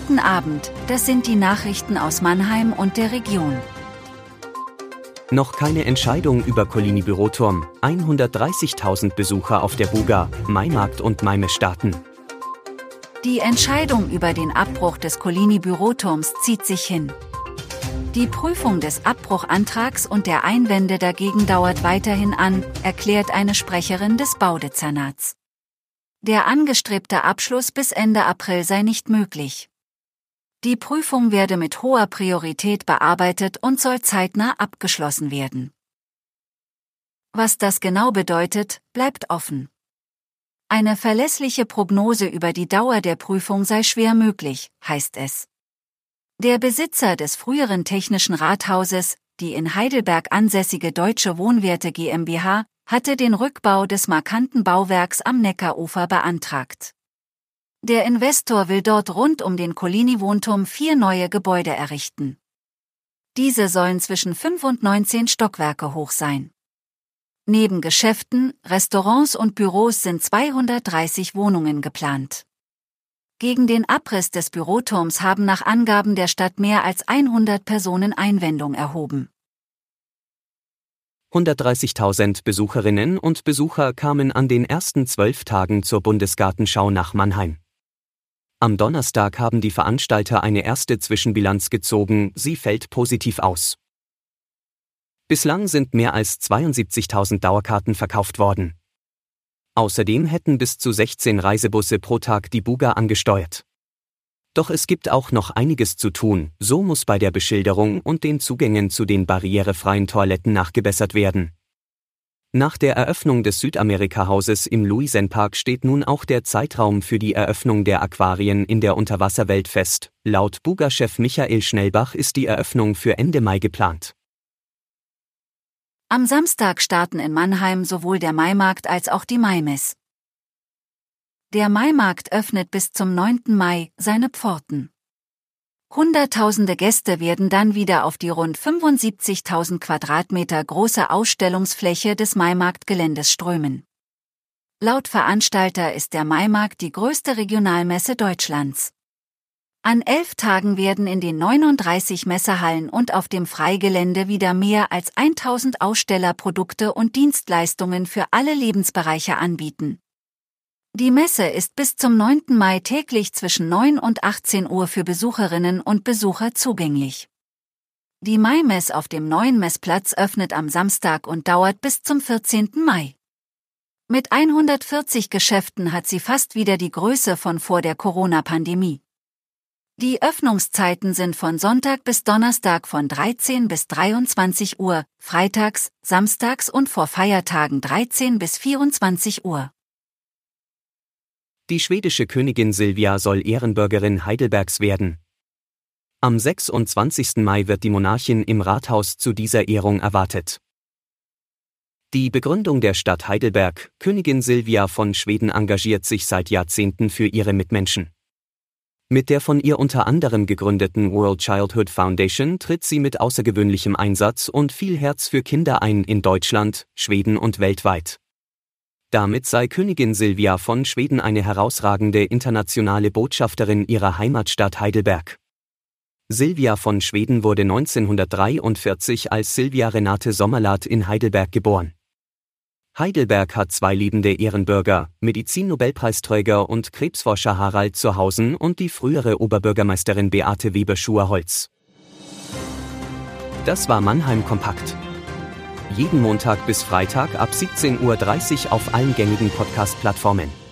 Guten Abend, das sind die Nachrichten aus Mannheim und der Region. Noch keine Entscheidung über Collini Büroturm, 130.000 Besucher auf der Buga, Maimarkt und Maimes starten. Die Entscheidung über den Abbruch des Collini Büroturms zieht sich hin. Die Prüfung des Abbruchantrags und der Einwände dagegen dauert weiterhin an, erklärt eine Sprecherin des Baudezernats. Der angestrebte Abschluss bis Ende April sei nicht möglich. Die Prüfung werde mit hoher Priorität bearbeitet und soll zeitnah abgeschlossen werden. Was das genau bedeutet, bleibt offen. Eine verlässliche Prognose über die Dauer der Prüfung sei schwer möglich, heißt es. Der Besitzer des früheren Technischen Rathauses, die in Heidelberg ansässige Deutsche Wohnwerte GmbH, hatte den Rückbau des markanten Bauwerks am Neckarufer beantragt. Der Investor will dort rund um den Collini-Wohnturm 4 neue Gebäude errichten. Diese sollen zwischen 5 und 19 Stockwerke hoch sein. Neben Geschäften, Restaurants und Büros sind 230 Wohnungen geplant. Gegen den Abriss des Büroturms haben nach Angaben der Stadt mehr als 100 Personen Einwendung erhoben. 130.000 Besucherinnen und Besucher kamen an den ersten 12 Tagen zur Bundesgartenschau nach Mannheim. Am Donnerstag haben die Veranstalter eine erste Zwischenbilanz gezogen, sie fällt positiv aus. Bislang sind mehr als 72.000 Dauerkarten verkauft worden. Außerdem hätten bis zu 16 Reisebusse pro Tag die Buga angesteuert. Doch es gibt auch noch einiges zu tun, so muss bei der Beschilderung und den Zugängen zu den barrierefreien Toiletten nachgebessert werden. Nach der Eröffnung des Südamerika-Hauses im Luisenpark steht nun auch der Zeitraum für die Eröffnung der Aquarien in der Unterwasserwelt fest. Laut Buga-Chef Michael Schnellbach ist die Eröffnung für Ende Mai geplant. Am Samstag starten in Mannheim sowohl der Maimarkt als auch die Maimes. Der Maimarkt öffnet bis zum 9. Mai seine Pforten. Hunderttausende Gäste werden dann wieder auf die rund 75.000 Quadratmeter große Ausstellungsfläche des Maimarktgeländes strömen. Laut Veranstalter ist der Maimarkt die größte Regionalmesse Deutschlands. An 11 Tagen werden in den 39 Messehallen und auf dem Freigelände wieder mehr als 1000 Aussteller Produkte und Dienstleistungen für alle Lebensbereiche anbieten. Die Messe ist bis zum 9. Mai täglich zwischen 9 und 18 Uhr für Besucherinnen und Besucher zugänglich. Die Maimes auf dem neuen Messplatz öffnet am Samstag und dauert bis zum 14. Mai. Mit 140 Geschäften hat sie fast wieder die Größe von vor der Corona-Pandemie. Die Öffnungszeiten sind von Sonntag bis Donnerstag von 13 bis 23 Uhr, freitags, samstags und vor Feiertagen 13 bis 24 Uhr. Die schwedische Königin Silvia soll Ehrenbürgerin Heidelbergs werden. Am 26. Mai wird die Monarchin im Rathaus zu dieser Ehrung erwartet. Die Begründung der Stadt Heidelberg, Königin Silvia von Schweden engagiert sich seit Jahrzehnten für ihre Mitmenschen. Mit der von ihr unter anderem gegründeten World Childhood Foundation tritt sie mit außergewöhnlichem Einsatz und viel Herz für Kinder ein in Deutschland, Schweden und weltweit. Damit sei Königin Silvia von Schweden eine herausragende internationale Botschafterin ihrer Heimatstadt Heidelberg. Silvia von Schweden wurde 1943 als Silvia Renate Sommerlath in Heidelberg geboren. Heidelberg hat 2 lebende Ehrenbürger, Medizin-Nobelpreisträger und Krebsforscher Harald Zurhausen und die frühere Oberbürgermeisterin Beate Weber-Schuerholz. Das war Mannheim Kompakt. Jeden Montag bis Freitag ab 17:30 Uhr auf allen gängigen Podcast-Plattformen.